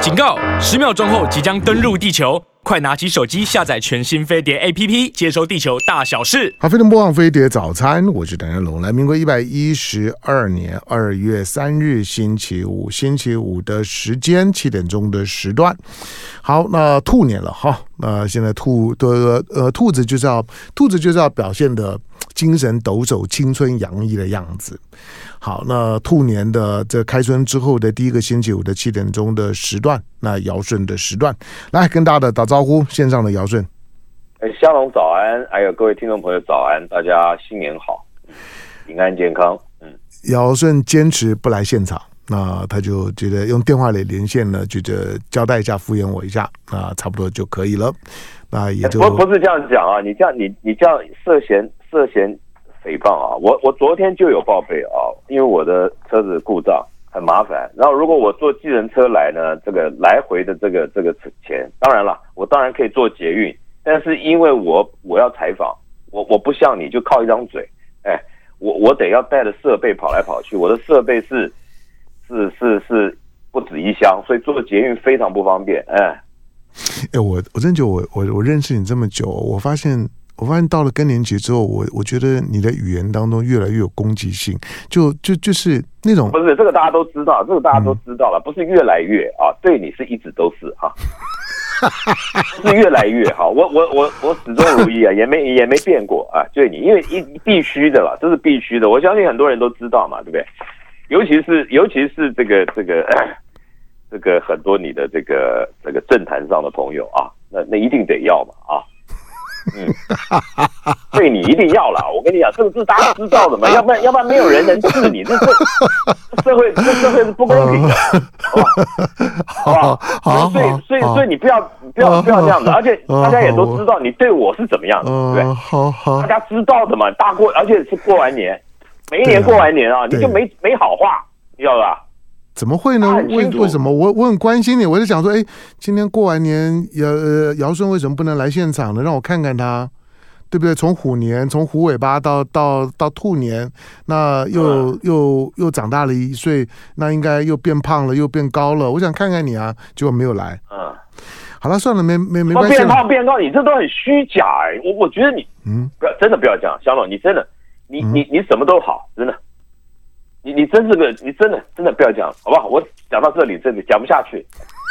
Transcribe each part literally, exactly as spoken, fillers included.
警告！十秒钟后即将登陆地球，快拿起手机下载全新飞碟 A P P， 接收地球大小事。 好，飞碟播放飞碟早餐，我是谭家龙。来，民国一百一十二年二月三日星期五，星期五的时间七点钟的时段。好，那兔年了哈，那现在兔的呃兔子就是要兔子就是要表现的精神抖擞、青春洋溢的样子。好，那兔年的这开春之后的第一个星期五的七点钟的时段，那尧舜的时段，来跟大家打招呼，线上的尧舜。 哎，香龙早安，还有各位听众朋友早安，大家新年好，平安健康。嗯， 尧舜坚持不来现场，那他就觉得用电话里连线呢，觉得交代一下，敷衍我一下，那差不多就可以了。那也就不不是这样讲啊，你这样你你这样涉嫌涉嫌诽谤啊！我我昨天就有报备啊，因为我的车子故障很麻烦，然后如果我坐计程车来呢，这个来回的这个这个钱，当然了，我当然可以坐捷运，但是因为我我要采访，我我不像你就靠一张嘴，哎，我我得要带着设备跑来跑去，我的设备是是是是不止一箱，所以坐捷运非常不方便，哎。 哎，我我真觉得我我我认识你这么久，我发现我发现到了更年期之后，我我觉得你的语言当中越来越有攻击性，就就就是那种不是这个大家都知道，这个大家都知道了，不是越来越啊，对你是一直都是哈，是越来越好，我我我我始终如一啊，也没也没变过啊，对你，因为一必须的了，这是必须的，我相信很多人都知道嘛，对不对？尤其是尤其是这个这个。这个很多你的这个这个政坛上的朋友啊，那那一定得要嘛啊，嗯，对你一定要啦。我跟你讲，这个是大家知道的嘛，要不然要不然没有人能治你，这这社会这社会是不公平的，好不好？好，所以所以所以你不要不要不要这样子，而且大家也都知道你对我是怎么样的，对， 好好， 大家知道的嘛，大过，而且是过完年，每一年过完年啊，你就没没好话，你知道吧？ 怎么会呢？为为什么我我很关心你？我就想说，哎，今天过完年，呃，尧舜为什么不能来现场呢？让我看看他，对不对？从虎年，从虎尾巴到到到兔年，那又、嗯、又又长大了一岁，那应该又变胖了，又变高了。我想看看你啊，结果没有来。嗯，好了，算了，没没没关系。 变胖变高，你这都很虚假哎、欸！我我觉得你，嗯，不要真的不要这样，小龙，你真的，你、嗯、你你什么都好，真的。你你真是个，你真的真的不要讲，好不好？我讲到这里，这里讲不下去。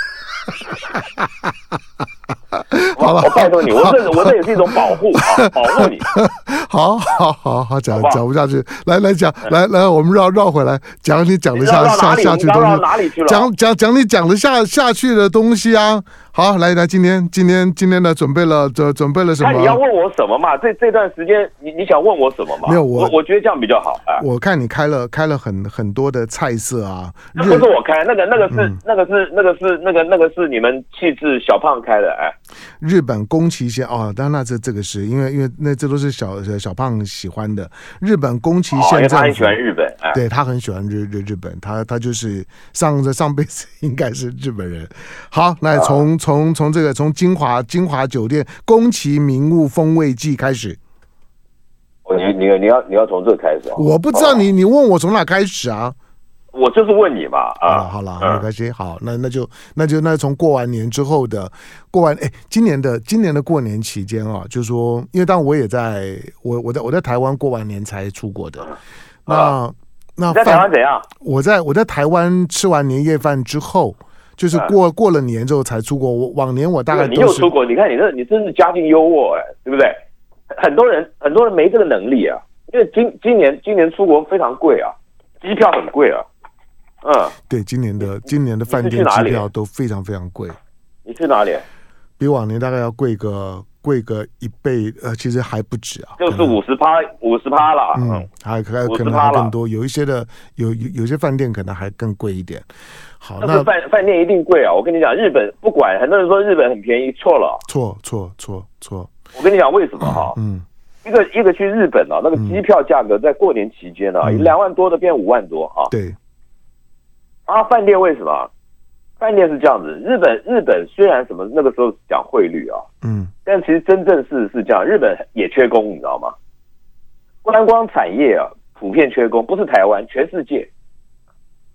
好了，我拜托你，我这我这也是一种保护啊，保护你。 好好好好讲讲不下去，来来讲，来来，我们绕绕回来讲你讲的下下下去的东西， 哪里去了？ 讲讲讲你讲的下下去的东西啊。好，来来，今天今天今天呢，准备了准准备了什么？ 看你要问我什么嘛？这这段时间你你想问我什么嘛？ 没有我我我觉得这样比较好。哎、 我看你开了开了很很多的菜色啊， 那不是我开，那个那个是、嗯、那个是那个是那个那个是你们气质小胖开的哎。 日本宫崎县哦，当然那这这个是因为因为那这都是小小胖喜欢的。日本宫崎县政府， 哦、他很喜欢日本，哎、 对他很喜欢日日日本，他他就是上上辈子应该是日本人。好，那从从从这个从金华金华酒店宫崎名物风味记开始。 哦，你你你要你要从这开始啊？ 我不知道你、哦、你问我从哪开始啊？ 我就是问你嘛啊！ 好了，没关系，好，那那就那就那从过完年之后的过完哎，今年的今年的过年期间啊，就是说，因为当我也在我我在我在台湾过完年才出国的，那、啊、那你在台湾怎样？ 我在我在台湾吃完年夜饭之后，就是过、嗯、过了年之后才出国。我往年我大概都是你又出国，你看你这你真是家境优渥哎，对不对？很多人很多人没这个能力啊，因为今今年今年出国非常贵啊，机票很贵啊。嗯， 对，今年的今年的饭店机票都非常非常贵。 你去哪里？ 比往年大概要贵个贵个一倍，呃，其实还不止啊， 就是五十趴五十趴了。 嗯，还可可能还更多，有一些的有有有些饭店可能还更贵一点。好， 那饭饭店一定贵啊！我跟你讲，日本不管很多人说日本很便宜，错了， 错错错错。 我跟你讲为什么哈？嗯，一个一个去日本啊，那个机票价格在过年期间啊，两、嗯、万多的变五万多啊。 对。 啊，饭店为什么？饭店是这样子，日本日本虽然什么那个时候讲汇率啊，嗯，但其实真正是是这样，日本也缺工，你知道吗？观光产业啊，普遍缺工，不是台湾，全世界。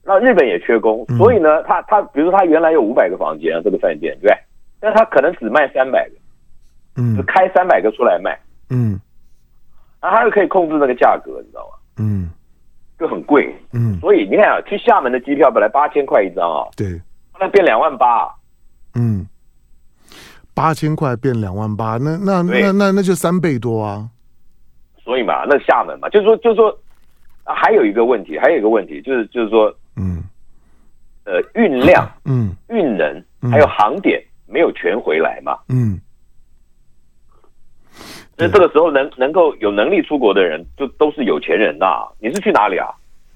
那日本也缺工， 嗯、 所以呢，他他比如说他原来有五百个房间啊，这个饭店对不对？但他可能只卖三百个， 嗯， 就开三百个出来卖， 嗯， 然后他就可以控制那个价格，你知道吗？ 嗯， 就很贵， 嗯， 所以你看啊，去厦门的机票本来八千块一张啊， 对， 后来变两万八， 嗯，八千块变两万八，那那那那那就三倍多啊。 所以嘛，那厦门嘛，就是说就是说。啊、还有一个问题，还有一个问题，就是就是说，嗯，呃，运量，嗯，运能，嗯、还有航点没有全回来嘛，嗯，所以这个时候能能够有能力出国的人，就都是有钱人呐、啊。你是去哪里啊？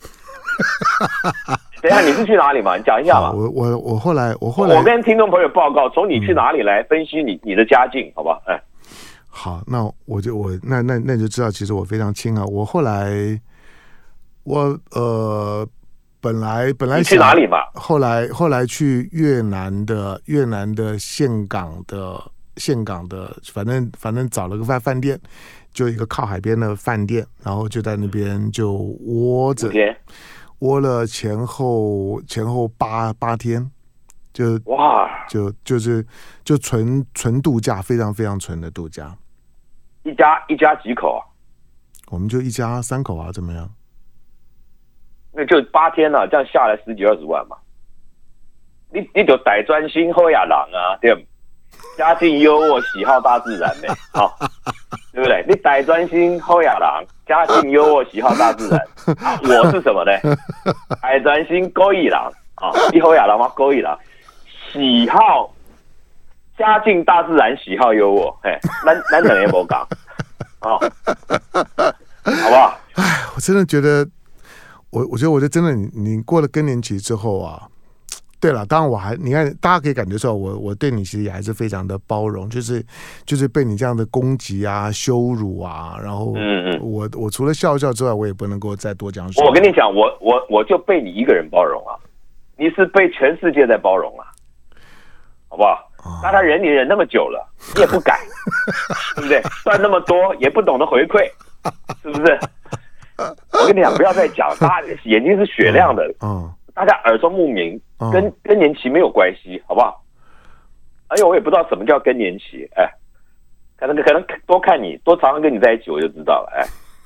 等一下，你是去哪里嘛？你讲一下嘛。 我我我后来我后来我跟听众朋友报告，从你去哪里来分析你你的家境，好吧？哎， 好，那我就我那那那就知道，其实我非常轻啊。我后来。我呃，本来本来你去哪里嘛？ 后来后来去越南的越南的岘港的岘港的，反正反正找了个饭饭店，就一个靠海边的饭店，然后就在那边就窝着，窝了前后前后八八天，就哇， 就就是就纯纯度假，非常非常纯的度假。 一家一家几口啊？ 我们就一家三口啊，怎么样？ 那就八天了、啊，这样下来十几二十万嘛。你你就歹专心好野人啊，对不？家境优渥，喜好大自然呗，好、哦，对不对？你歹专心好野人，家境优渥，喜好大自然。啊、我是什么呢？歹专心勾引人啊，你好野人吗？勾引人，喜好家境大自然，喜好优渥，嘿，咱咱两个无讲，哦，好不好？ 哎，我真的觉得。我我觉得，我觉得真的你，你过了更年期之后啊，对了，当然我还你看，大家可以感觉到我我对你其实也还是非常的包容，就是就是被你这样的攻击啊、羞辱啊，然后嗯嗯，我我除了笑笑之外，我也不能够再多讲什么。 我跟你讲，我我我就被你一个人包容啊，你是被全世界在包容啊，好不好？那、啊、他忍你忍那么久了，你也不改，对不对？赚那么多也不懂得回馈，是不是？我跟你讲，不要再讲，大家眼睛是雪亮的，嗯，大家耳濡目明，跟更年期没有关系，好不好？而且我也不知道什么叫更年期，哎，可能可能多看你，多常常跟你在一起，我就知道了，哎。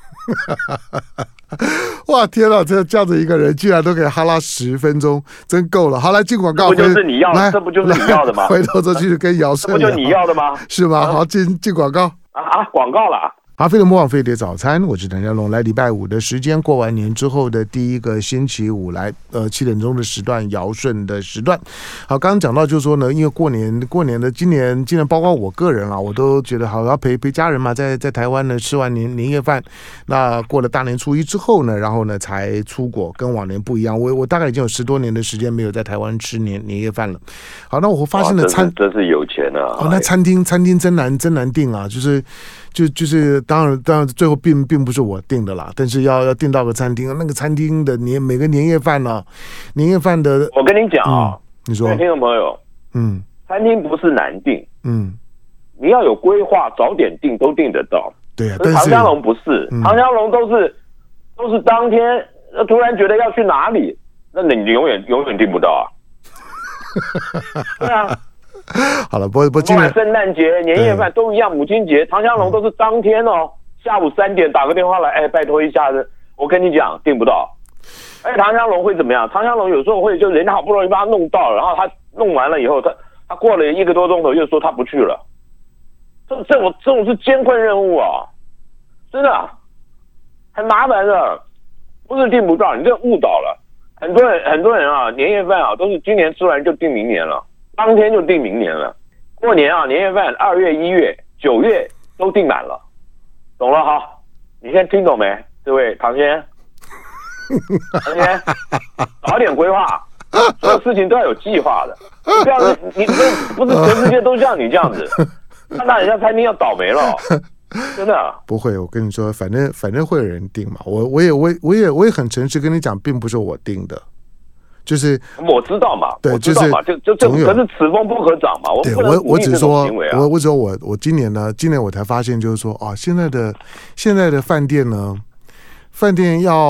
哇天哪，这这样子一个人居然都可以哈拉十分钟，真够了。好，来进广告， 这不就是你要的？这不就是你要的吗？ 回头再继续跟姚顺， 这不就你要的吗？ 是吗？好，进进广告啊啊，广告了。 阿飞的莫忘飞碟早餐，我是谭家龙。来礼拜五的时间，过完年之后的第一个星期五，来呃七点钟的时段，尧舜的时段。好，刚刚讲到就是说呢，因为过年过年的今年今年包括我个人啦，我都觉得好要陪陪家人嘛，在在台湾呢吃完年年夜饭，那过了大年初一之后呢，然后呢才出国，跟往年不一样。我我大概已经有十多年的时间没有在台湾吃年年夜饭了。好，那我发现了餐真是有钱啊！ 哦，那餐厅餐厅真难真难订啊，就是就就是当然当然最后并并不是我订的啦，但是要要订到个餐厅，那个餐厅的年每个年夜饭呢、啊，年夜饭的， 我跟你讲啊、嗯， 你说， 听众朋友，嗯，餐厅不是难订，嗯，你要有规划，早点订都订得到， 对啊， 但是唐香龙不是，嗯、唐香龙都是都是当天突然觉得要去哪里，那你永远永远订不到啊，对啊。 好了，不不，今年圣诞节、年夜饭都一样，母亲节、唐香龙都是当天哦，下午三点打个电话来，哎，拜托一下子，我跟你讲，订不到。哎，唐香龙会怎么样？唐香龙有时候会就人家好不容易把他弄到了，然后他弄完了以后，他他过了一个多钟头又说他不去了。这这种这种是艰困任务啊，真的很麻烦的，不是订不到，你这误导了。很多人很多人啊，年夜饭啊都是今年吃完就订明年了。当天就订明年了，过年啊，年夜饭二月、一月、九月都订满了，懂了哈？你现在听懂没？这位唐先，唐先，早点规划，所有事情都要有计划的，你不要你你不是全世界都像你这样子，那人家餐厅要倒霉了，真的。 不会，我跟你说，反正反正会有人订嘛，我我也我我也我也很诚实跟你讲，并不是我订的。就是我知道嘛， 对， 我知道嘛，就就就可是此风不可长嘛。我对我我只说，我我只说我我今年呢，今年我才发现，就是说啊，现在的现在的饭店呢，饭店要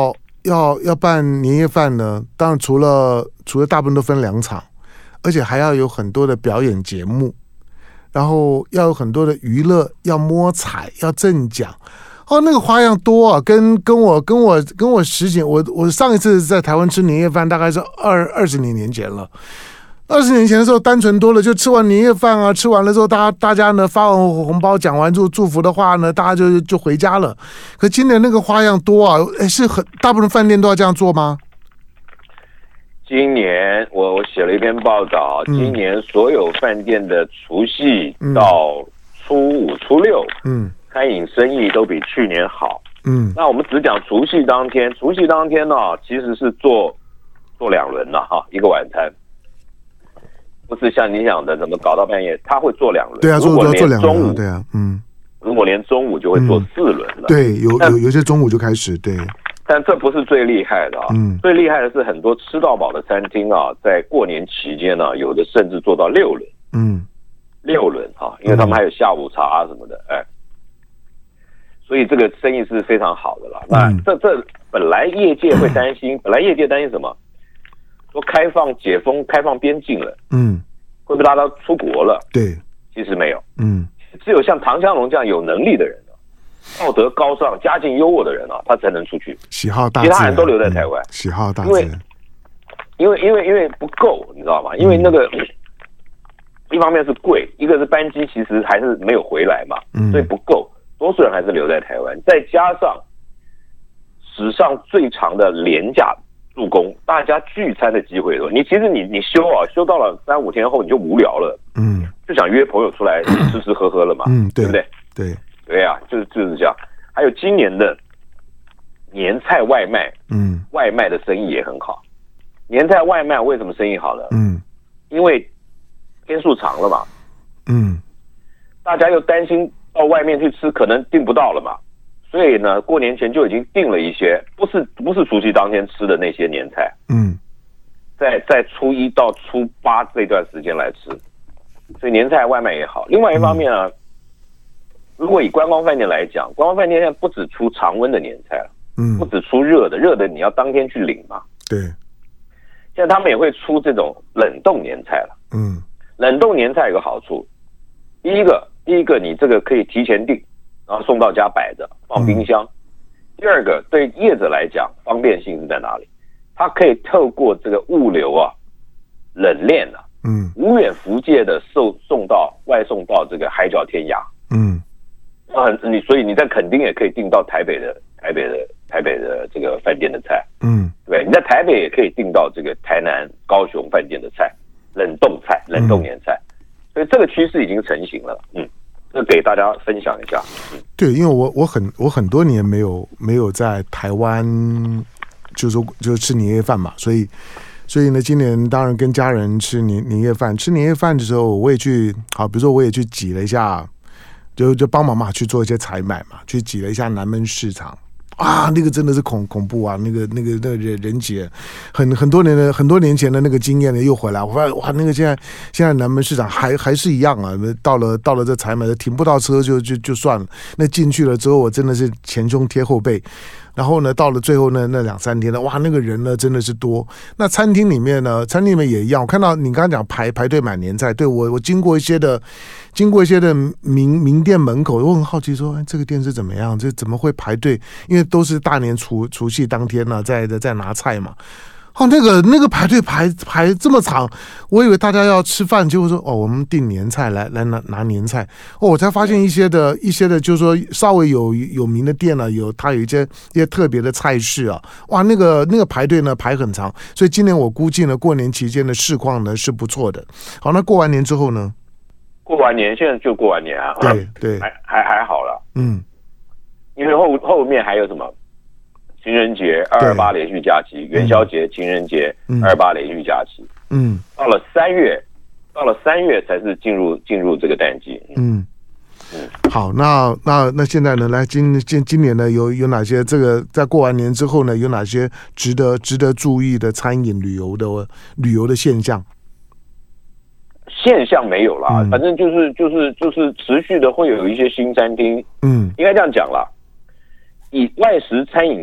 要要办年夜饭呢，当然除了除了大部分都分两场，而且还要有很多的表演节目，然后要有很多的娱乐，要摸彩，要赠奖。哦，那个花样多啊，跟跟我跟我跟我十几，我我上一次在台湾吃年夜饭大概是二二十年年前了。二十年前的时候，单纯多了，就吃完年夜饭啊，吃完了之后，大家大家呢发完红包，讲完祝祝福的话呢，大家就就回家了。可今年那个花样多啊，是很大部分饭店都要这样做吗？ 今年我我写了一篇报道，嗯、今年所有饭店的除夕到初五、初六，嗯。餐饮生意都比去年好，嗯，那我们只讲除夕当天，除夕当天呢，其实是做做两轮了哈，一个晚餐，不是像你讲的怎么搞到半夜，他会做两轮， 对啊， 如果连中午， 对啊，嗯， 如果连中午就会做四轮了， 嗯、对，有有有些中午就开始，对， 但这不是最厉害的啊，嗯，最厉害的是很多吃到饱的餐厅啊，在过年期间呢，有的甚至做到六轮，嗯，六轮啊，因为他们还有下午茶啊什么的，哎。所以这个生意是非常好的了。那这这本来业界会担心，本来业界担心什么？说开放解封、开放边境了，嗯，会不会大家出国了？ 对， 其实没有，嗯，只有像唐湘龙这样有能力的人，道德高尚、家境优渥的人啊，他才能出去。 喜好大自然， 其他人都留在台湾。 嗯、喜好大自然， 因为因为因为因为不够，你知道吗？因为那个、嗯、一方面是贵，一个是班机其实还是没有回来嘛，嗯、所以不够。多数人还是留在台湾，再加上史上最长的连假助攻，大家聚餐的机会多。你其实你你休啊，休到了三五天后你就无聊了，嗯，就想约朋友出来吃吃喝喝了嘛，嗯，对不对？ 对对啊，就是就是这样。还有今年的年菜外卖，嗯，外卖的生意也很好。年菜外卖为什么生意好呢？嗯，因为天数长了嘛，嗯，大家又担心到外面去吃可能订不到了嘛，所以呢，过年前就已经订了一些，不是不是除夕当天吃的那些年菜，嗯，在在初一到初八这段时间来吃，所以年菜外卖也好。另外一方面呢，嗯、如果以观光饭店来讲，观光饭店现在不只出常温的年菜了，嗯，不只出热的，热的你要当天去领嘛， 对。 现在他们也会出这种冷冻年菜了，嗯，冷冻年菜有个好处，第一个。第一个，你这个可以提前订，然后送到家摆着，放冰箱。嗯、第二个，对业者来讲，方便性是在哪里？它可以透过这个物流啊，冷链啊，嗯，无远弗届的送送到外送到这个海角天涯，嗯，很你所以你在垦丁也可以订到台北的台北的台北的这个饭店的菜，嗯，对，你在台北也可以订到这个台南、高雄饭店的菜，冷冻菜、冷冻年菜。嗯，所以这个趋势已经成型了，嗯，这给大家分享一下。嗯、 对，因为我我很我很多年没有没有在台湾，就是说就是吃年夜饭嘛，所以所以呢，今年当然跟家人吃年年夜饭，吃年夜饭的时候，我也去好，比如说我也去挤了一下，就就帮忙嘛去做一些采买嘛，去挤了一下南门市场。啊，那个真的是恐恐怖啊！那个那个那个人人杰，很很多年的很多年前的那个经验呢又回来。我发现哇，那个现在现在南门市场还还是一样啊。到了到了这采买的停不到车就就就算了。那进去了之后，我真的是前胸贴后背。然后呢，到了最后呢，那两三天呢，哇，那个人呢真的是多。那餐厅里面呢，餐厅里面也一样。我看到你刚刚讲排排队买年菜，对我我经过一些的，经过一些的名名店门口，我很好奇说，哎，这个店是怎么样？这怎么会排队？因为都是大年除除夕当天呢、啊，在在拿菜嘛。哦，那个那个排队排排这么长，我以为大家要吃饭，结果说哦，我们订年菜来来拿拿年菜。哦，我才发现一些的一些的，就是说稍微有有名的店呢、啊，有它有一些一些特别的菜式啊，哇，那个那个排队呢排很长，所以今年我估计呢，过年期间的市况呢是不错的。好，那过完年之后呢？ 过完年，现在就过完年啊， 对对， 还还还好了，嗯，因为后后面还有什么？情人节、二二八连续假期、元宵节、情人节、二二八连续假期。嗯，到了三月，到了三月才是进入进入这个淡季。嗯嗯，好，那那那现在呢？来今今今年呢，有有哪些这个在过完年之后呢，有哪些值得值得注意的餐饮旅游的旅游的现象？ 现象没有啦，嗯、反正就是就是就是持续的会有一些新餐厅。嗯，应该这样讲啦，以外食餐饮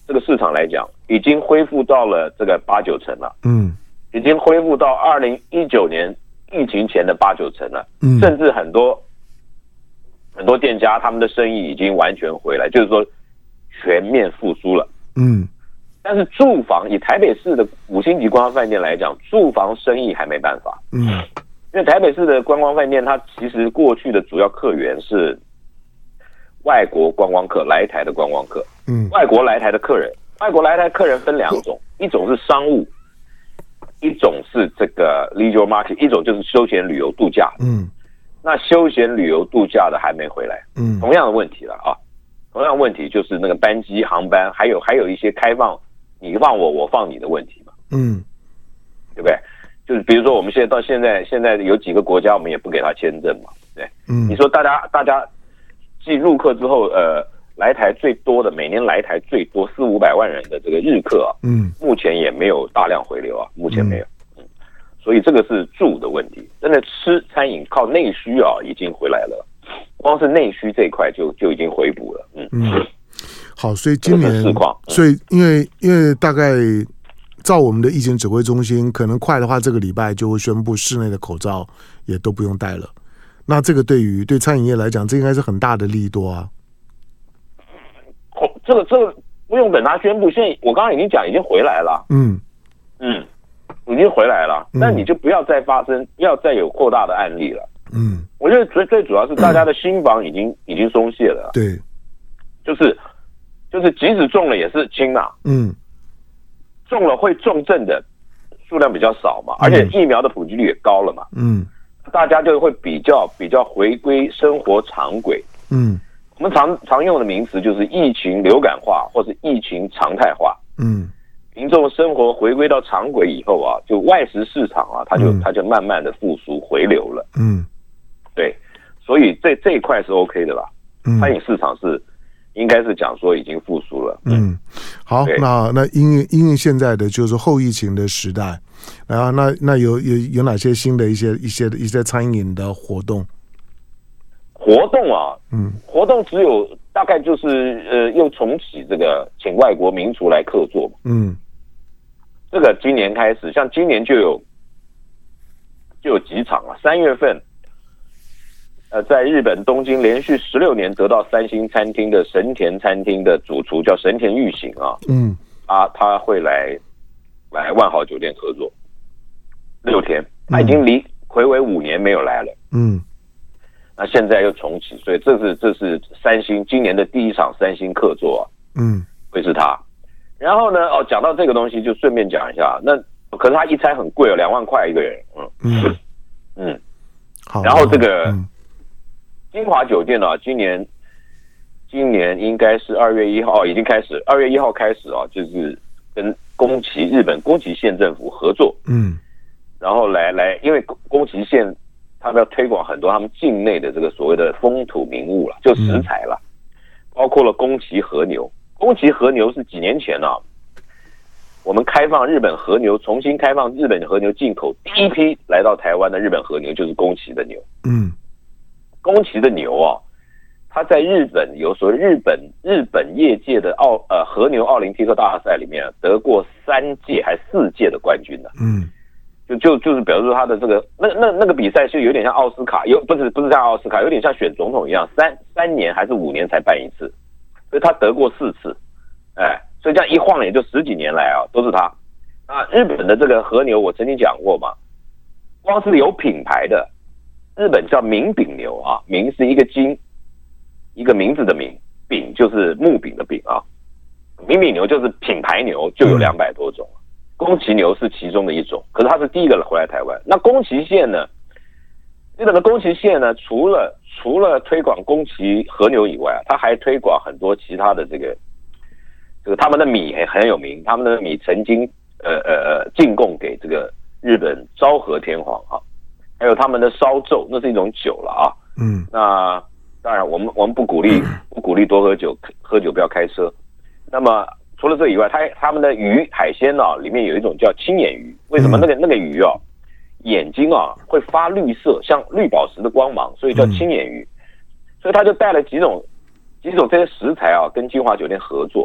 这个市场来讲，已经恢复到了这个八九成了， 嗯， 已经恢复到二零一九年疫情前的八九成了， 嗯， 甚至很多很多店家他们的生意已经完全回来，就是说全面复苏了， 嗯。 但是住房以台北市的五星级观光饭店来讲，住房生意还没办法。 嗯， 因为台北市的观光饭店，它其实过去的主要客源是外国观光客来台的观光客。 嗯， 外国来台的客人，外国来台客人分两种，一种是商务，一种是这个 leisure market， 一种就是休闲旅游度假。 嗯， 那休闲旅游度假的还没回来。 嗯， 同样的问题了啊，同样的问题就是那个班机、航班，还有还有一些开放。你放我，我放你的问题嘛， 嗯， 对不对？就是比如说，我们现在到现在，现在有几个国家我们也不给他签证嘛，对， 嗯， 你说大家大家继入客之后，呃，来台最多的，每年来台最多四五百万人的这个日客啊， 嗯， 目前也没有大量回流啊，目前没有，嗯，所以这个是住的问题，真的吃餐饮靠内需啊，已经回来了，光是内需这一块就就已经回补了，嗯。 嗯，好，所以今年， 市况嗯、 所以因为因为大概照我们的疫情指挥中心，可能快的话，这个礼拜就会宣布室内的口罩也都不用戴了。那这个对于对餐饮业来讲，这应该是很大的利多啊。 哦，这个这个不用等他宣布，现在我刚刚已经讲，已经回来了。 嗯嗯，已经回来了，那、嗯、你就不要再发生，不要再有扩大的案例了。 嗯， 我觉得最最主要是大家的心防已经、嗯、已经松懈了。 对， 就是。就是即使中了也是轻嘛， 嗯， 中了会重症的数量比较少嘛，而且疫苗的普及率也高了嘛， 嗯， 大家就会比较比较回归生活常轨， 嗯， 我们常常用的名词就是疫情流感化或是疫情常态化， 嗯， 民众生活回归到常轨以后啊，就外食市场啊，它就、嗯、它就慢慢的复苏回流了， 嗯， 对，所以这这一块是 OK 的啦， 嗯， 餐饮市场是。应该是讲说已经复苏了。 嗯，好，那那因为因为现在的就是后疫情的时代，然后那那有有有哪些新的一些一些一些餐饮的活动？ 活动啊， 嗯， 活动只有大概就是呃又重启这个请外国名厨来客座嘛。 嗯， 这个今年开始，像今年就有就有几场啊，三月份。呃，在日本东京连续十六年得到三星餐厅的神田餐厅的主厨叫神田裕行啊， 嗯， 啊，他会来来万豪酒店合作六天，他已经离睽违五年没有来了， 嗯， 那现在又重启，所以这是这是三星今年的第一场三星客座啊， 嗯， 会是他。然后呢，哦，讲到这个东西就顺便讲一下，那可是他一餐很贵哦，两万块一个人，嗯嗯嗯， 好， 然后这个。 嗯金华酒店啊，今年今年应该是二月一号、哦、已经开始，二月一号开始啊，就是跟宫崎日本宫崎县政府合作， 嗯， 然后来来，因为宫崎县他们要推广很多他们境内的这个所谓的风土民物了，就食材了，嗯、包括了宫崎和牛。宫崎和牛是几年前啊，我们开放日本和牛，重新开放日本和牛进口，第一批来到台湾的日本和牛就是宫崎的牛， 嗯。 宫崎的牛啊，它在日本有所谓日本日本业界的奥呃和牛奥林匹克大赛里面、啊、得过三届还四届的冠军的、啊， 嗯， 就就就是表示说它的这个那那那个比赛是有点像奥斯卡，有不是不是像奥斯卡，有点像选总统一样，三三年还是五年才办一次，所以他得过四次，哎，所以这样一晃也就十几年来啊都是他。啊，日本的这个和牛我曾经讲过嘛，光是有品牌的。日本叫名饼牛啊，名是一个金，一个名字的名，饼就是木饼的饼啊。名饼牛就是品牌牛，就有两百多种。宫崎牛是其中的一种，可是它是第一个回来台湾。那宫崎县呢？日本的宫崎县呢，除了除了推广宫崎和牛以外啊，它还推广很多其他的这个，这个他们的米很很有名，他们的米曾经呃呃呃进贡给这个日本昭和天皇啊。还有他们的烧酎，那是一种酒了啊。 嗯， 那当然，我们我们不鼓励不鼓励多喝酒，喝酒不要开车。那么除了这以外，它他们的鱼海鲜呢、啊，里面有一种叫青眼鱼。为什么那个那个鱼啊，眼睛啊会发绿色，像绿宝石的光芒，所以叫青眼鱼。所以他就带了几种几种这些食材啊，跟金华酒店合作。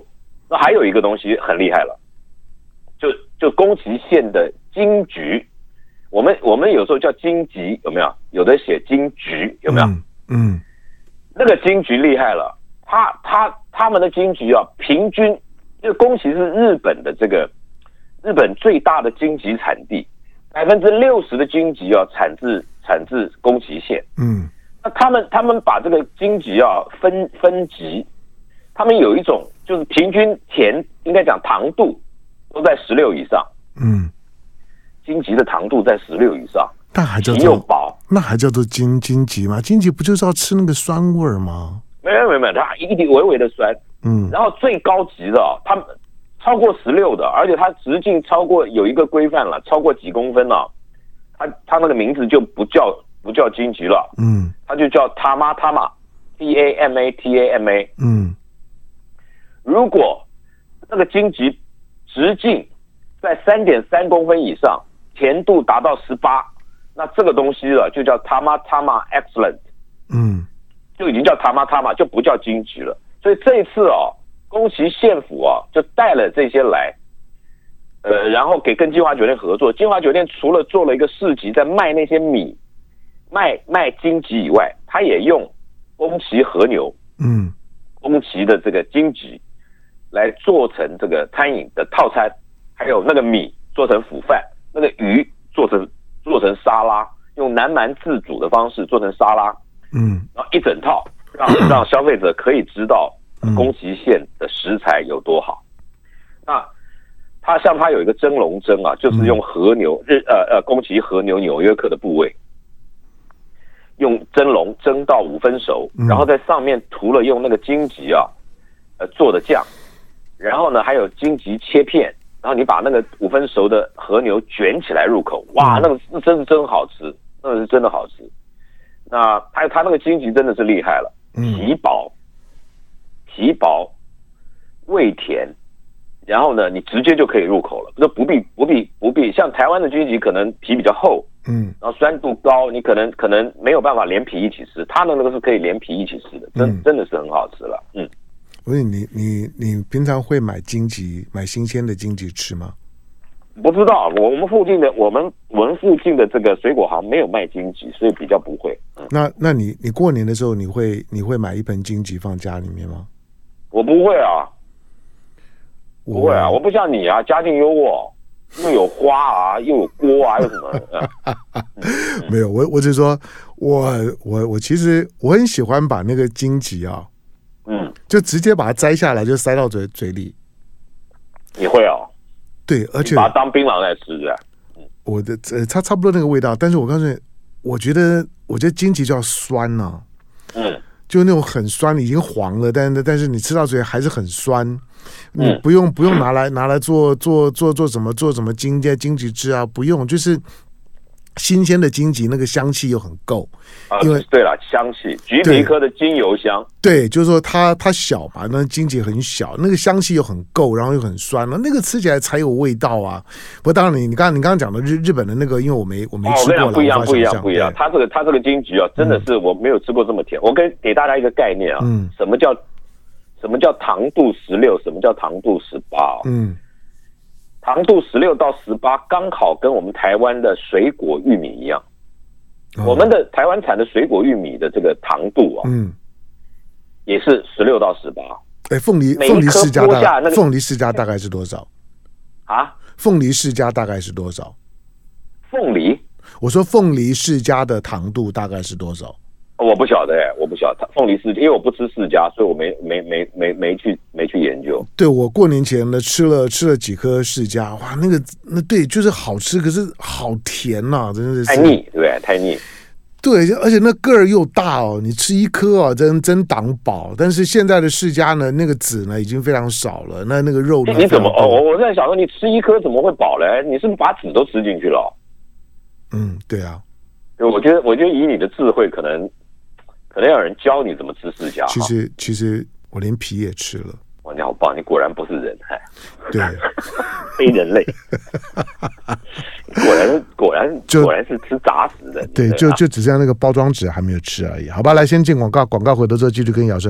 那还有一个东西很厉害了，就就宫崎县的金桔，我们我们有时候叫金桔，有没有？有的写金桔，有没有？ 嗯，嗯那个金桔厉害了，他他他们的金桔啊，平均，因为宫崎是日本的这个日本最大的金桔产地，百分之六十的金桔啊产自产自宫崎县。 嗯， 那他们他们把这个金桔啊分分级，他们有一种就是平均甜，应该讲糖度都在十六以上。 嗯， 金桔的糖度在十六以上， 那还叫皮又做薄。 那还叫做金金桔吗？金桔不就是要吃那个酸味儿吗？ 没有没有没有，它一点微微的酸。 嗯， 然后最高级的、哦，它超过十六的，而且它直径超过有一个规范了，超过几公分了、哦，它它那个名字就不叫不叫金桔了， 嗯， 它就叫塔玛塔玛 ，T A M A T A M A。 嗯， 如果那个金桔直径在三点三公分以上，甜度达到十八，那这个东西了就叫塔玛塔玛 Excellent。 嗯， 就已经叫塔玛塔玛，就不叫金桔了。所以这一次哦，宫崎县府啊就带了这些来，呃，然后给跟金华酒店合作。金华酒店除了做了一个市集，在卖那些米、卖卖金桔以外，他也用宫崎和牛、 嗯， 宫崎的这个金桔来做成这个餐饮的套餐，还有那个米做成腐饭，那个鱼做成做成沙拉，用南蛮自煮的方式做成沙拉。 嗯， 然后一整套让让消费者可以知道宫崎县的食材有多好。那它像它有一个蒸笼蒸啊，就是用和牛日呃呃宫崎和牛纽约客的部位，用蒸笼蒸到五分熟，然后在上面涂了用那个金桔啊呃做的酱，然后呢还有金桔切片，然后你把那个五分熟的和牛卷起来入口，哇，那个那真是真好吃，那个是真的好吃。那还有它那个金桔真的是厉害了，皮薄，皮薄，味甜，然后呢，你直接就可以入口了，就不必不必不必像台湾的金桔可能皮比较厚，嗯，然后酸度高，你可能可能没有办法连皮一起吃，它的那个是可以连皮一起吃的，真、嗯、真的是很好吃了，嗯。 我问你，你你平常会买金桔，买新鲜的金桔吃吗？ 不知道，我们附近的我们我们附近的这个水果行没有卖金桔，所以比较不会。嗯、 那那你你过年的时候，你会你会买一盆金桔放家里面吗？ 我不会啊，不会啊，我不像你啊，家境优渥，又有花啊，又有锅啊，又什么？ 嗯、没有，我我只是说，我我我其实我很喜欢把那个金桔啊，嗯，就直接把它摘下来，就塞到嘴嘴里。 你会哦？ 对，而且把它当槟榔来吃的。 我的呃，它差不多那个味道，但是我告诉你，我觉得我觉得金桔就要酸呐、啊，嗯，就那种很酸，已经黄了，但是但是你吃到嘴还是很酸，你不用、嗯、不用拿来拿来做做做做什么做什么金桔金桔汁啊，不用，就是新鲜的金桔那个香气又很够， 啊，因为对了，香气，橘皮科的金油香， 对，就是说它它小嘛，那金桔很小，那个香气又很够，然后又很酸，那个吃起来才有味道啊。不过当然你你刚刚你刚刚讲的日日本的那个，因为我没我没吃过了， 哦，不一样不一样不一样，它这个它这个金桔啊，真的是我没有吃过这么甜。嗯、我跟给大家一个概念啊，嗯，什么叫什么叫糖度十六，什么叫糖度十八、啊？嗯。糖度十六到十八，刚好跟我们台湾的水果玉米一样。哦、我们的台湾产的水果玉米的这个糖度啊，嗯，也是十六到十八。 哎，凤梨凤梨世家大概凤梨世家大概是多少？ 啊？ 凤梨世家大概是多少？ 凤梨？ 我说凤梨世家的糖度大概是多少？ 我不晓得哎、欸，我不晓得凤梨世家，因为我不吃世家，所以我没没没没没去没去研究。 对，我过年前呢吃了吃了几颗世家，哇，那个那对就是好吃，可是好甜呐、啊，真的是太腻，对不对？太腻。 对，而且那个儿又大哦，你吃一颗哦，真真挡饱。但是现在的世家呢，那个籽呢已经非常少了，那那个肉呢？ 你怎么？哦，我我在想说，你吃一颗怎么会饱嘞？你是不是把籽都吃进去了、哦？ 嗯，对啊。 我觉得，我觉得以你的智慧，可能。可能要有人教你怎么吃世家。 其实，其实我连皮也吃了。 哇，你好棒！你果然不是人，哎， 对， 非人类。果然，果然，果然是吃杂食的。 对，就就只剩下那个包装纸还没有吃而已。好吧，来先进广告，广告回头之后继续跟姚胜聊。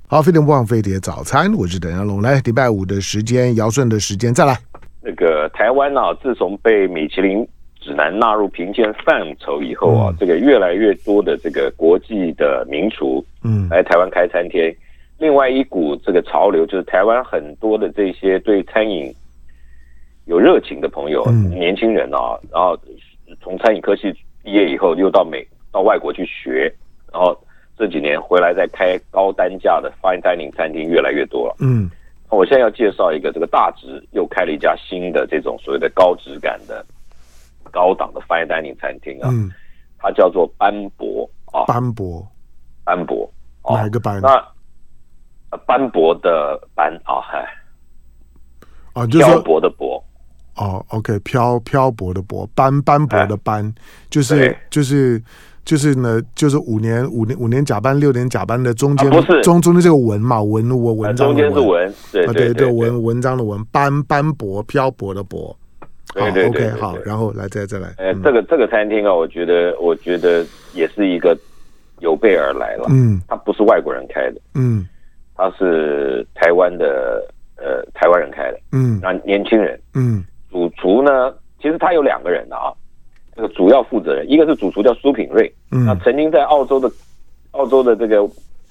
好，飞碟不枉飞碟早餐，我是邓阳龙。来，礼拜五的时间，尧舜的时间，再来。 那个台湾啊，自从被米其林指南纳入评鉴范畴以后啊，嗯、这个越来越多的这个国际的名厨，嗯，来台湾开餐厅。另外一股这个潮流，就是台湾很多的这些对餐饮有热情的朋友，嗯、年轻人啊，然后从餐饮科系毕业以后，又到美到外国去学，然后这几年回来再开高单价的 fine dining 餐厅越来越多了。嗯。我现在要介绍一个，这个大直又开了一家新的这种所谓的高质感的高档的 fine dining 餐厅啊，嗯、它叫做斑驳啊， 斑驳， 斑驳， 哪一个斑？ 那斑驳的斑啊，嗨， 哦，就是漂泊的泊， 哦 ，OK， 漂漂泊的泊，斑斑驳的斑，就是就是。就是呢，就是五年五年五年甲班六年甲班的中间， 啊、不是中中间这个文嘛，文文文章的文， 中间是文，对对对, 对, 对文文章的文，斑斑驳漂泊的泊， 对对对 ，OK， 好，然后来再再来， 呃，嗯、这个这个餐厅啊，我觉得我觉得也是一个有备而来了，嗯，它不是外国人开的，嗯，它是台湾的呃台湾人开的，嗯，那年轻人，嗯，主厨呢，其实他有两个人的啊。这个主要负责人，一个是主厨叫苏品瑞，嗯，那曾经在澳洲的澳洲的这个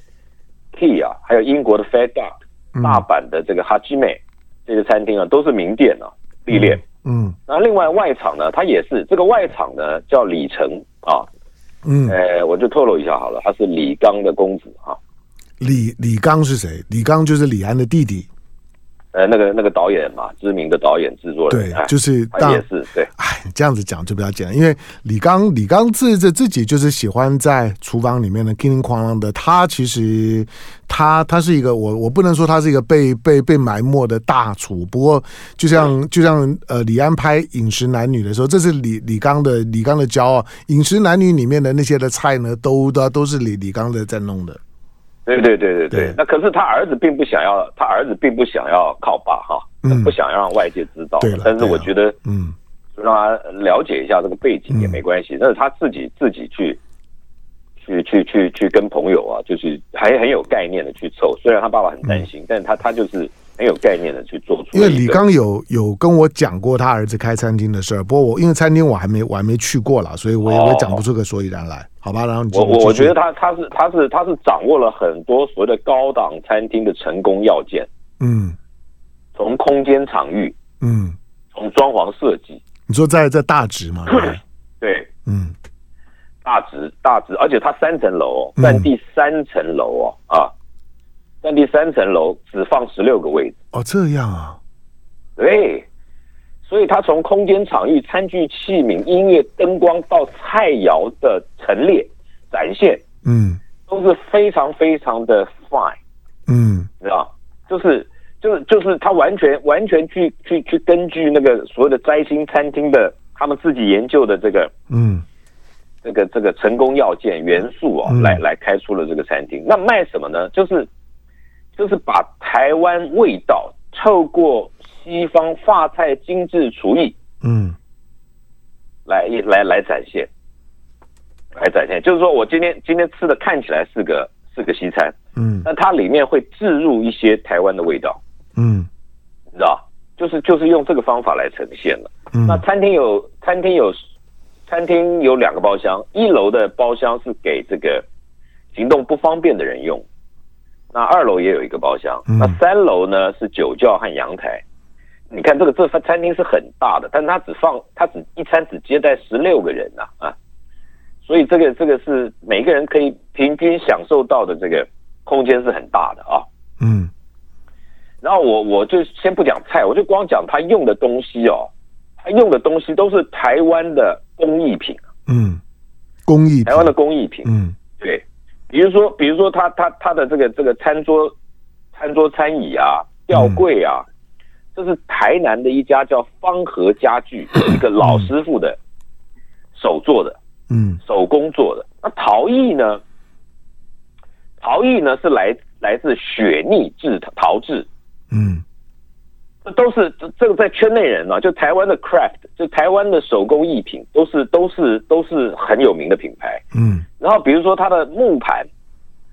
Key 啊，还有英国的 Fat Duck、嗯、大阪的这个 Hajime 这些餐厅啊，都是名店啊，历练。嗯，那另外外场呢，他也是这个外场呢叫李成啊，嗯，呃，我就透露一下好了，他是李刚的公子啊。 李李刚是谁？李刚就是李安的弟弟。 呃，那个那个导演嘛，知名的导演制作人， 对，就是他也是对。 哎，这样子讲就比较简单，因为李刚李刚自自自己就是喜欢在厨房里面的叮叮哐啷的。他其实他他是一个我我不能说他是一个被被被埋没的大厨，不过就像就像呃李安拍《饮食男女》的时候，这是李李刚的李刚的骄傲，《饮食男女》里面的那些的菜呢，都都都是李李刚的在弄的。 对对对对 对, 对，那可是他儿子并不想要，他儿子并不想要靠爸哈，嗯、不想让外界知道。但是我觉得，嗯，让他了解一下这个背景也没关系。那、嗯、是他自己自己去，去去去去跟朋友啊，就是还很有概念的去凑。虽然他爸爸很担心，嗯、但他他就是很有概念的去做出。 因为李刚有有跟我讲过他儿子开餐厅的事儿，不过我因为餐厅我还没我还没去过啦，所以我也我也讲不出个所以然来。好吧，然后你我我我觉得他他是他是他是掌握了很多所谓的高档餐厅的成功要件，嗯，从空间场域，嗯，从装潢设计， 你说在在大直吗？ 对，嗯，大直大直，而且它三层楼，占地三层楼哦，啊，占地三层楼只放十六个位置， 哦，这样啊， 对。所以他从空间场域、餐具器皿、音乐、灯光到菜肴的陈列展现，嗯，都是非常非常的 fine， 嗯，你知道，就是就是就是他完全完全去去去根据那个所谓的摘星餐厅的他们自己研究的这个，嗯，这个这个成功要件元素哦，嗯、来来开出了这个餐厅。那卖什么呢？就是就是把台湾味道透过西方法菜精致厨艺，嗯，来来来展现，来展现，就是说我今天今天吃的看起来是个是个西餐，嗯，但它里面会置入一些台湾的味道，嗯，你知道，就是就是用这个方法来呈现了。嗯、那餐厅有餐厅有餐厅有两个包厢，一楼的包厢是给这个行动不方便的人用，那二楼也有一个包厢，嗯、那三楼呢是酒窖和阳台。你看这个这餐厅是很大的，但是它只放它只一餐只接待十六个人啊啊，所以这个这个是每个人可以平均享受到的这个空间是很大的啊。嗯，然后我我就先不讲菜，我就光讲他用的东西哦，他用的东西都是台湾的工艺品。嗯， 工艺品， 台湾的工艺品。嗯，对，比如说比如说他他他的这个这个餐桌餐桌餐椅啊，吊柜啊。嗯，这是台南的一家叫方和家具，一个老师傅的手做的，嗯，手工做的。那陶艺呢？陶艺呢是来来自雪逆制陶制，嗯，这都是这个在圈内人啊，就台湾的 craft， 就台湾的手工艺品，都是都是都是很有名的品牌，嗯。然后比如说它的木盘，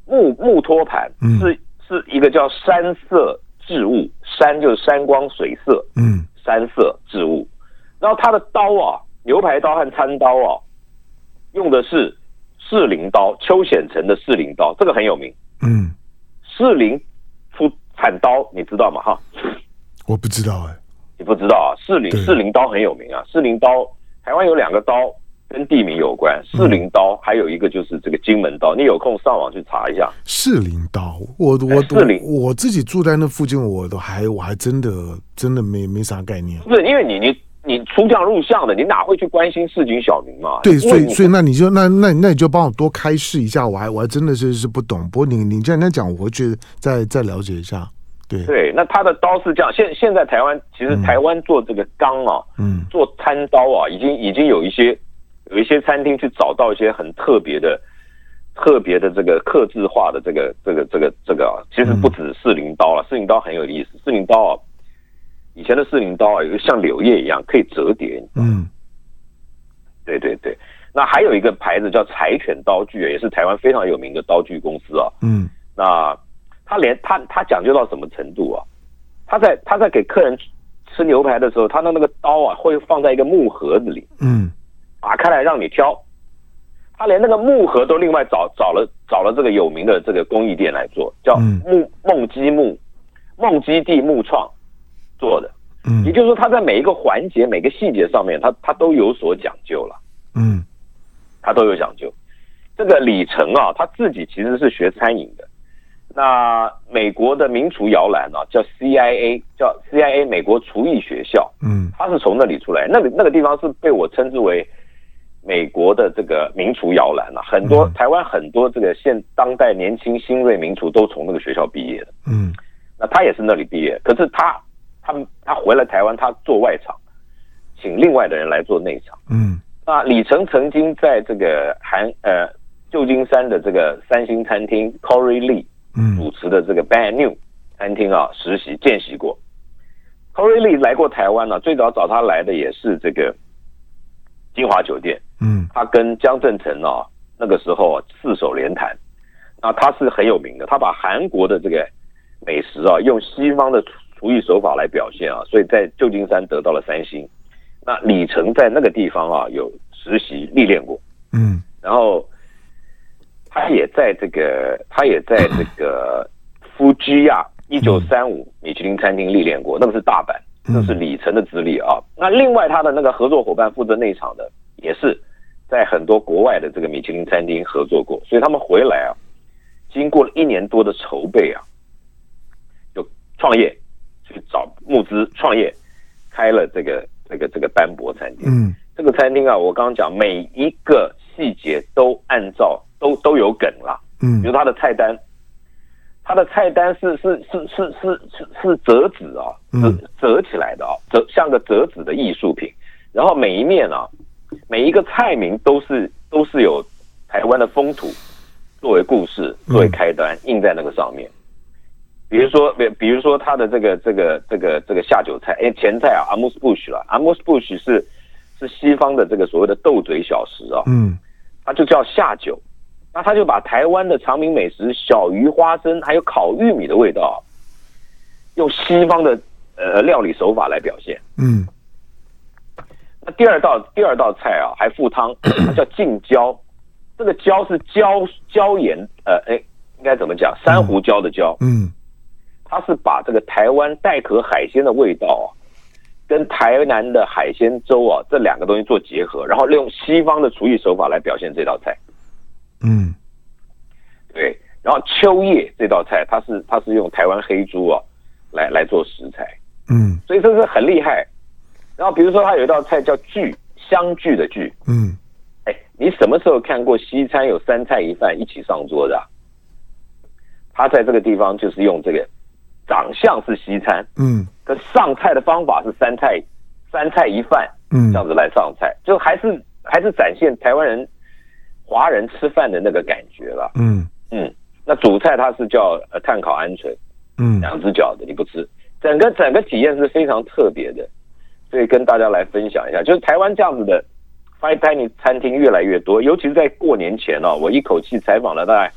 木木托盘是、嗯、是一个叫山色置物，山就是山光水色，嗯，山色置物。然后它的刀啊，牛排刀和餐刀啊，用的是士林刀，邱显成的士林刀，这个很有名。嗯，士林出产刀，你知道吗？哈， 我不知道哎、欸， 你不知道啊？士林士林刀很有名啊，士林刀，台湾有两个刀。跟地名有关，士林刀、嗯、还有一个就是这个金门刀，你有空上网去查一下。 士林刀，我我士林，我自己住在那附近，我都还我还真的真的没没啥概念。 不是因为你你你出将入相的，你哪会去关心市井小民嘛？ 对，所以所以那你就那那那你就帮我多开示一下，我还我还真的是是不懂。不过你你这样讲，我会觉得再再了解一下。对对，那他的刀是这样，现现在台湾其实台湾做这个钢啊，嗯，做餐刀啊，已经已经有一些。有一些餐厅去找到一些很特别的、特别的这个客制化的这个、这个、这个、这个啊，其实不止士林刀了，士林刀很有意思。士林刀啊，以前的士林刀啊，有个像柳叶一样可以折叠，你知道吗？嗯，对对对。那还有一个牌子叫柴犬刀具，也是台湾非常有名的刀具公司啊。嗯，那他连他他讲究到什么程度啊？他在他在给客人吃牛排的时候，他的那个刀啊会放在一个木盒子里。嗯。打开来让你挑，他连那个木盒都另外找找了找了这个有名的这个工艺店来做，叫木梦基木梦基地木创做的，嗯，也就是说他在每一个环节每个细节上面，他他都有所讲究了，嗯，他都有讲究。这个李成啊，他自己其实是学餐饮的，那美国的名厨摇篮啊，叫 C I A， 叫 C I A 美国厨艺学校，嗯，他是从那里出来，那个那个地方是被我称之为美国的这个名厨摇篮啊，很多、嗯、台湾很多这个现当代年轻新锐名厨都从那个学校毕业的。嗯，那他也是那里毕业，可是他他他回来台湾，他做外场，请另外的人来做内场。嗯，那李成曾经在这个韩呃旧金山的这个三星餐厅 Corey Lee 主持的这个 Bad New 餐厅啊实习见习过。Corey Lee 来过台湾呢、啊，最早找他来的也是这个金华酒店。嗯，他跟江振成啊，那个时候、啊、四手联弹，那他是很有名的，他把韩国的这个美食啊，用西方的厨艺手法来表现啊，所以在旧金山得到了三星。那李成在那个地方啊有实习历练过，嗯，然后他也在这个他也在这个夫基亚一九三五米其林餐厅历练过，那个是大阪，那是李成的资历啊。那另外他的那个合作伙伴负责内场的，也是在很多国外的这个米其林餐厅合作过，所以他们回来啊，经过了一年多的筹备啊，就创业去找募资创业，开了这个这个这个斑驳餐厅。嗯，这个餐厅啊，我刚刚讲每一个细节都按照都都有梗啦。嗯，比如它的菜单，它的菜单是是是是是是是折纸啊，折折起来的啊，折像个折纸的艺术品。然后每一面啊。每一个菜名都是都是有台湾的风土作为故事作为开端印在那个上面，比如说比如说它的这个这个这个这个下酒菜，哎前菜啊 Amuse Bouche 啦 Amuse Bouche 是是西方的这个所谓的斗嘴小食啊，嗯，它就叫下酒，那他就把台湾的常民美食小鱼花生还有烤玉米的味道，用西方的呃料理手法来表现，嗯。那第二道第二道菜啊，还附汤，它叫净椒。这个椒是椒椒盐，呃，哎，应该怎么讲？珊瑚礁的礁。嗯，它是把这个台湾带壳海鲜的味道啊，跟台南的海鲜粥啊这两个东西做结合，然后利用西方的厨艺手法来表现这道菜。嗯，对。然后秋叶这道菜，它是它是用台湾黑猪啊来来做食材。嗯，所以这是很厉害。然后比如说它有一道菜叫聚，相聚的聚。嗯，哎，你什么时候看过西餐有三菜一饭一起上桌的啊？他在这个地方就是用这个长相是西餐，嗯，可上菜的方法是三菜三菜一饭，嗯，这样子来上菜，就还是还是展现台湾人华人吃饭的那个感觉了。嗯嗯，那主菜它是叫呃炭烤鹌鹑，嗯，两只脚的你不吃，整个整个体验是非常特别的。所以跟大家来分享一下，就是台湾这样子的 fine dining 餐厅越来越多，尤其是在过年前哦，我一口气采访了大概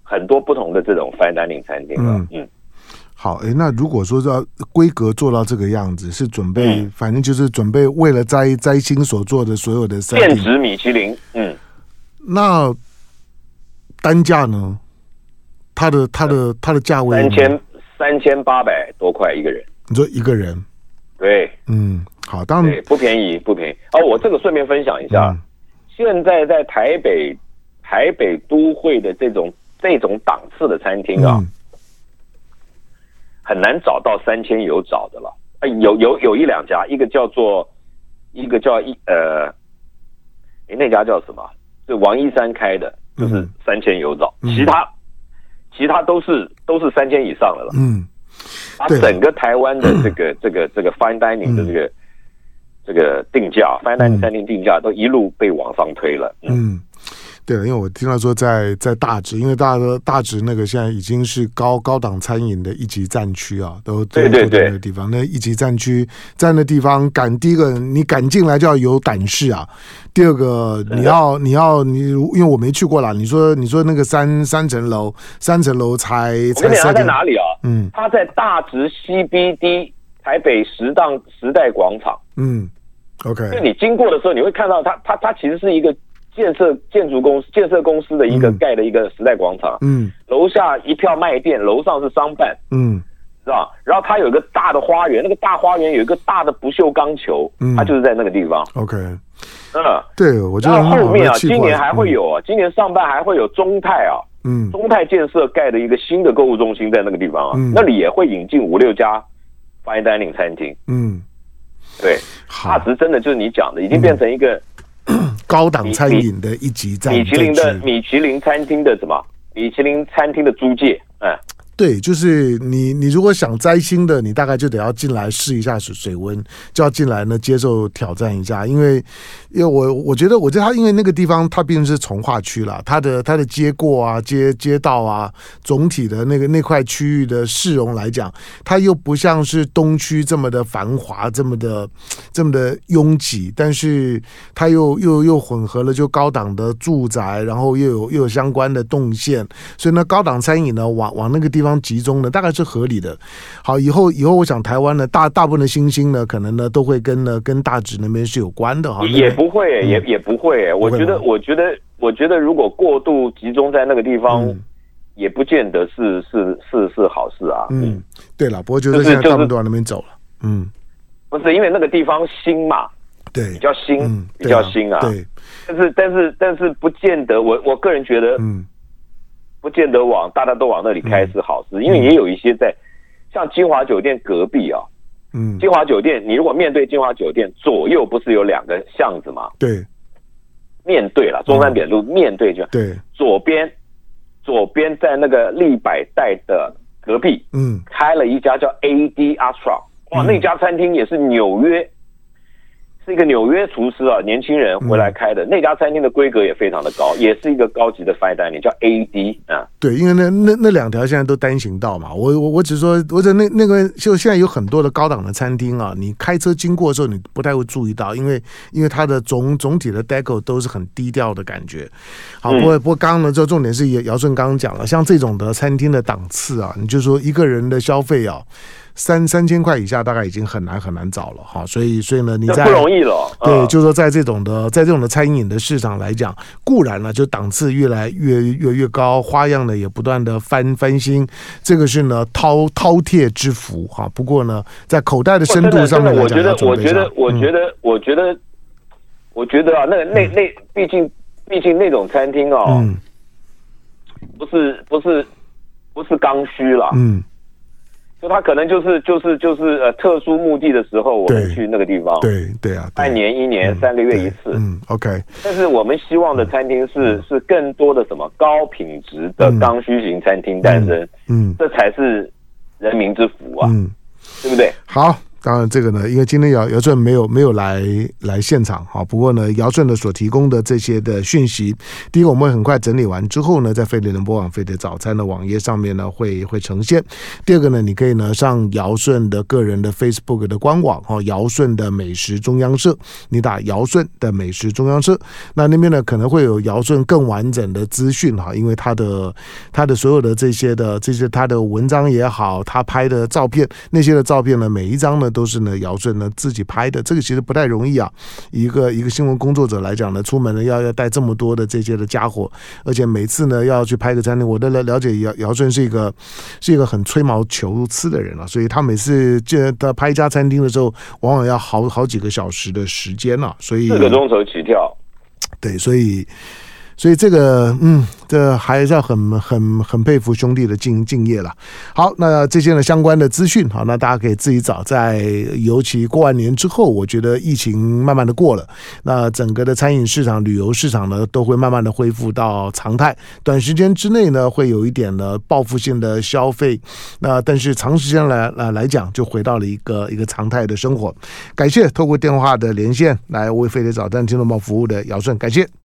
很多不同的这种 fine dining 餐厅了。嗯。嗯好，哎，那如果说要规格做到这个样子，是准备，嗯、反正就是准备为了摘摘星所做的所有的餐厅， 现职米其林，嗯， 那单价呢？它的它的它的价位三千三千八百多块一个人， 你说一个人？ 对， 嗯，好，当然不便宜，不便宜。哦，我这个顺便分享一下，嗯、现在在台北台北都会的这种这种档次的餐厅啊。嗯，很难找到三千有找的了，呃、有有有一两家，一个叫做一个叫一呃，哎那家叫什么？是王一山开的，就是三千有找，嗯、其他其他都是都是三千以上的了。嗯，把整个台湾的这个、嗯、这个这个 fine dining 的这个、嗯、这个定价 fine dining 餐厅定价都一路被往上推了。嗯。嗯对，因为我听到说在在大直，因为大的大直那个现在已经是高高档餐饮的一级战区啊，都对对对那个地方，那一级战区在那地方赶，第一个你赶进来就要有胆识啊，第二个你要你要你，因为我没去过啦，你说你说那个三三层楼，三层楼才我跟你讲在哪里啊？嗯，它在大直 C B D 台北时代时代广场。嗯 ，OK， 就你经过的时候，你会看到它它它其实是一个。建设建筑公司建设公司的一个盖的一个时代广场，嗯，楼下一票卖店，楼上是商办，嗯，知道？然后它有一个大的花园，那个大花园有一个大的不锈钢球，嗯，它就是在那个地方。 OK， 嗯， 对，我觉得后面啊，今年还会有啊，嗯、今年上半还会有中泰啊，嗯，中泰建设盖的一个新的购物中心在那个地方啊，嗯、那里也会引进五六家 fine dining 餐厅，嗯，对，大直真的就是你讲的，已经变成一个。 嗯高档餐饮的一级战， 米其林的米其林餐厅的什么？米其林餐厅的租界，嗯， 对，就是你你如果想摘星的，你大概就得要进来试一下水水温，就要进来呢接受挑战一下，因为因为我我觉得我觉得它因为那个地方它毕竟是从化区啦，它的它的街过啊街街道啊，总体的那个那块区域的市容来讲，它又不像是东区这么的繁华，这么的这么的拥挤，但是它又又又混合了就高档的住宅，然后又有又有相关的动线，所以呢高档餐饮呢往往那个地方集中的大概是合理的。好，以后以后我想台湾呢大大部分的新兴呢可能呢都会跟呢跟大直那边是有关的哈。 也不会，嗯、也也不会。我觉得我觉得我觉得如果过度集中在那个地方。嗯也不见得是是是是好事啊。 嗯，对了，不过就是现在他们都往那边走了。嗯， 不是因为那个地方新嘛， 对， 比较新，嗯、比较新啊。 对， 但是但是但是不见得，我我个人觉得，嗯，不见得往大家都往那里开是好事，嗯、因为也有一些在像金华酒店隔壁啊，嗯，金华酒店，你如果面对金华酒店，左右不是有两个巷子吗？ 对， 面对了中山北路，嗯、面对就对， 左边。左边在那个利百代的隔壁，嗯，开了一家叫 A D Astra， 哇，嗯、那家餐厅也是纽约，是一个纽约厨师啊，年轻人回来开的。嗯、那家餐厅的规格也非常的高，也是一个高级的 fine dining， 叫 A D 啊。 对，因为那那那两条现在都单行道嘛，我我我只是说，我在那那个就现在有很多的高档的餐厅啊，你开车经过的时候，你不太会注意到，因为因为它的总总体的 deco 都是很低调的感觉。好，不过、嗯、不过刚刚呢，就重点是姚顺刚刚讲了，像这种的餐厅的档次啊，你就说一个人的消费啊。三三千块以下大概已经很难很难找了哈，所以所以呢，你在不容易了。 对，嗯、就是说在这种的在这种的餐饮的市场来讲，固然呢就档次越来越越越高，花样呢也不断的翻翻新，这个是呢饕饕餮之福哈。不过呢，在口袋的深度上面来讲， 我觉得我觉得我觉得我觉得我觉得啊，那那那毕竟毕竟那种餐厅哦，嗯、不是不是不是刚需了，嗯。就他可能就是就是就是呃特殊目的的时候，我们去那个地方， 对对啊， 半年一年、嗯、三个月一次， 嗯 ，OK。但是我们希望的餐厅是、嗯、是更多的什么高品质的刚需型餐厅诞生，嗯，这才是人民之福啊，嗯，对不对？ 好， 当然，这个呢，因为今天姚姚顺没有没有来来现场哈，不过呢，姚顺的所提供的这些的讯息，第一个我们会很快整理完之后呢，在飞碟联播网飞碟早餐的网页上面呢会会呈现。第二个呢，你可以呢上姚顺的个人的 Facebook 的官网哈，姚顺的美食中央社，你打姚顺的美食中央社，那那边呢可能会有姚顺更完整的资讯哈，因为他的他的所有的这些的这些他的文章也好，他拍的照片，那些的照片呢，每一张呢都是呢姚顺呢自己拍的，这个其实不太容易啊。一个一个新闻工作者来讲呢，出门呢要要带这么多的这些的家伙，而且每次呢要去拍个餐厅，我的了解姚姚顺是一个是一个很吹毛求疵的人啊，所以他每次他拍一家餐厅的时候，往往要好好几个小时的时间啊，所以四个钟头起跳。 对，所以。所以这个，嗯，这还是要很很很佩服兄弟的敬敬业了。好，那这些呢相关的资讯，好，那大家可以自己找。在尤其过完年之后，我觉得疫情慢慢的过了，那整个的餐饮市场、旅游市场呢，都会慢慢的恢复到常态。短时间之内呢，会有一点的报复性的消费，那但是长时间来来来讲，就回到了一个一个常态的生活。感谢透过电话的连线来为飞碟早餐听众们服务的姚顺，感谢。